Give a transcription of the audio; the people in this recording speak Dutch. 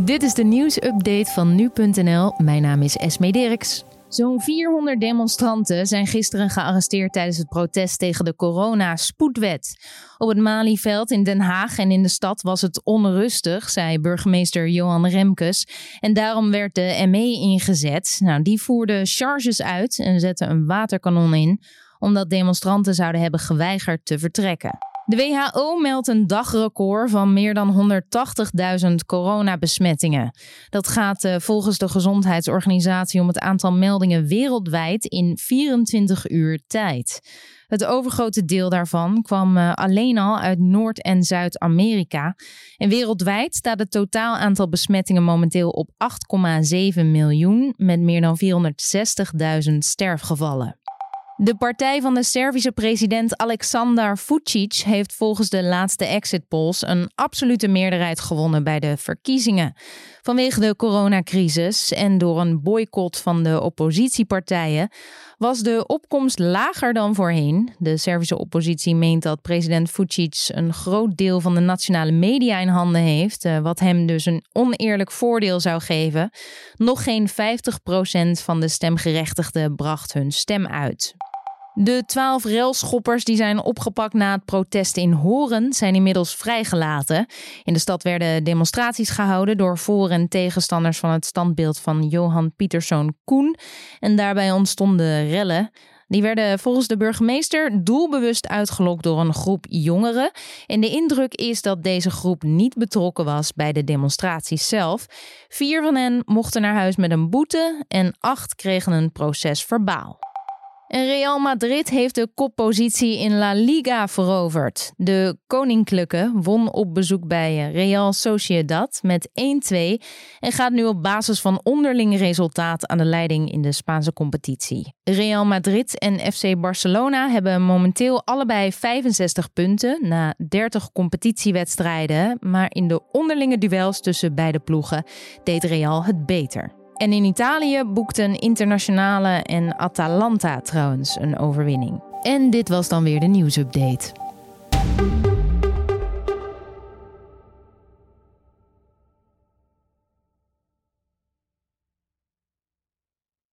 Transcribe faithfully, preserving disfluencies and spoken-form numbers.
Dit is de nieuwsupdate van nu punt n l. Mijn naam is Esme Dirks. Zo'n vierhonderd demonstranten zijn gisteren gearresteerd tijdens het protest tegen de corona-spoedwet. Op het Malieveld in Den Haag en in de stad was het onrustig, zei burgemeester Johan Remkes. En daarom werd de M E ingezet. Nou, die voerde charges uit en zette een waterkanon in, omdat demonstranten zouden hebben geweigerd te vertrekken. De W H O meldt een dagrecord van meer dan honderdtachtigduizend coronabesmettingen. Dat gaat uh, volgens de Gezondheidsorganisatie om het aantal meldingen wereldwijd in vierentwintig uur tijd. Het overgrote deel daarvan kwam uh, alleen al uit Noord- en Zuid-Amerika. En wereldwijd staat het totaal aantal besmettingen momenteel op acht komma zeven miljoen met meer dan vierhonderdzestigduizend sterfgevallen. De partij van de Servische president Aleksandar Vučić heeft volgens de laatste exit polls een absolute meerderheid gewonnen bij de verkiezingen. Vanwege de coronacrisis en door een boycott van de oppositiepartijen was de opkomst lager dan voorheen. De Servische oppositie meent dat president Vučić een groot deel van de nationale media in handen heeft, wat hem dus een oneerlijk voordeel zou geven. Nog geen vijftig procent van de stemgerechtigden bracht hun stem uit. De twaalf railschoppers die zijn opgepakt na het protest in Horen zijn inmiddels vrijgelaten. In de stad werden demonstraties gehouden door voor- en tegenstanders van het standbeeld van Johan Pieterszoon Koen. En daarbij ontstonden rellen. Die werden volgens de burgemeester doelbewust uitgelokt door een groep jongeren. En de indruk is dat deze groep niet betrokken was bij de demonstraties zelf. Vier van hen mochten naar huis met een boete en acht kregen een proces verbaal. En Real Madrid heeft de koppositie in La Liga veroverd. De Koninklijke won op bezoek bij Real Sociedad met één twee en gaat nu op basis van onderling resultaat aan de leiding in de Spaanse competitie. Real Madrid en F C Barcelona hebben momenteel allebei vijfenzestig punten na dertig competitiewedstrijden, maar in de onderlinge duels tussen beide ploegen deed Real het beter. En in Italië boekten Internationale en Atalanta trouwens een overwinning. En dit was dan weer de nieuwsupdate.